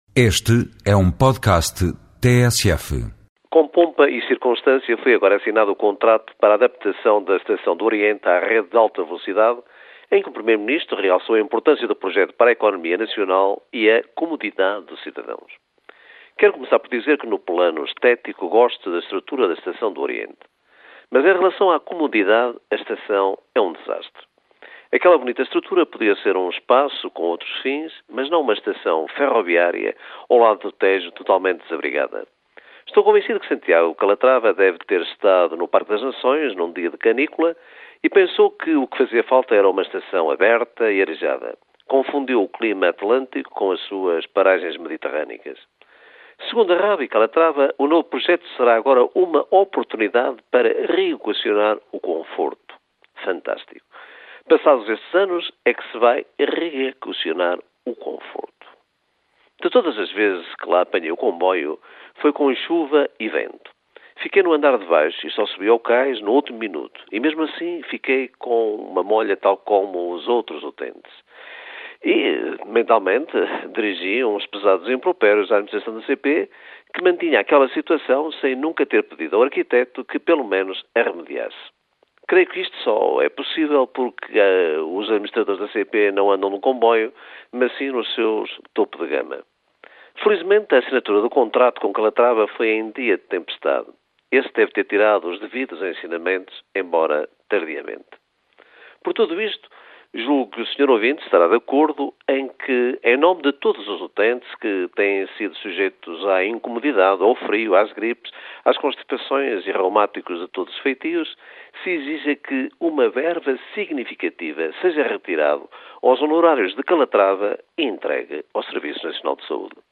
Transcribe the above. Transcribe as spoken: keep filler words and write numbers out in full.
Este é um podcast T S F. Com pompa e circunstância foi agora assinado o contrato para a adaptação da Estação do Oriente à rede de alta velocidade, em que o Primeiro-Ministro realçou a importância do projeto para a economia nacional e a comodidade dos cidadãos. Quero começar por dizer que no plano estético gosto da estrutura da Estação do Oriente. Mas em relação à comodidade, a estação é um desastre. Aquela bonita estrutura podia ser um espaço com outros fins, mas não uma estação ferroviária ao lado do Tejo totalmente desabrigada. Estou convencido que Santiago Calatrava deve ter estado no Parque das Nações num dia de canícula e pensou que o que fazia falta era uma estação aberta e arejada. Confundiu o clima atlântico com as suas paragens mediterrânicas. Segundo a Rabi Calatrava, o novo projeto será agora uma oportunidade para reequacionar o conforto. Fantástico. Passados estes anos é que se vai reequacionar o conforto. De todas as vezes que lá apanhei o comboio, foi com chuva e vento. Fiquei no andar de baixo e só subi ao cais no último minuto. E mesmo assim fiquei com uma molha tal como os outros utentes. E, mentalmente, dirigi uns pesados impropérios à administração da C P que mantinha aquela situação sem nunca ter pedido ao arquiteto que pelo menos a remediasse. Creio que isto só é possível porque uh, os administradores da C P não andam no comboio, mas sim nos seus topo de gama. Felizmente, a assinatura do contrato com Calatrava foi em dia de tempestade. Esse deve ter tirado os devidos ensinamentos, embora tardiamente. Por tudo isto, julgo que o senhor ouvinte estará de acordo em que, em nome de todos os utentes que têm sido sujeitos à incomodidade, ao frio, às gripes, às constipações e reumáticos de todos os feitios, se exija que uma verba significativa seja retirado aos honorários de Calatrava e entregue ao Serviço Nacional de Saúde.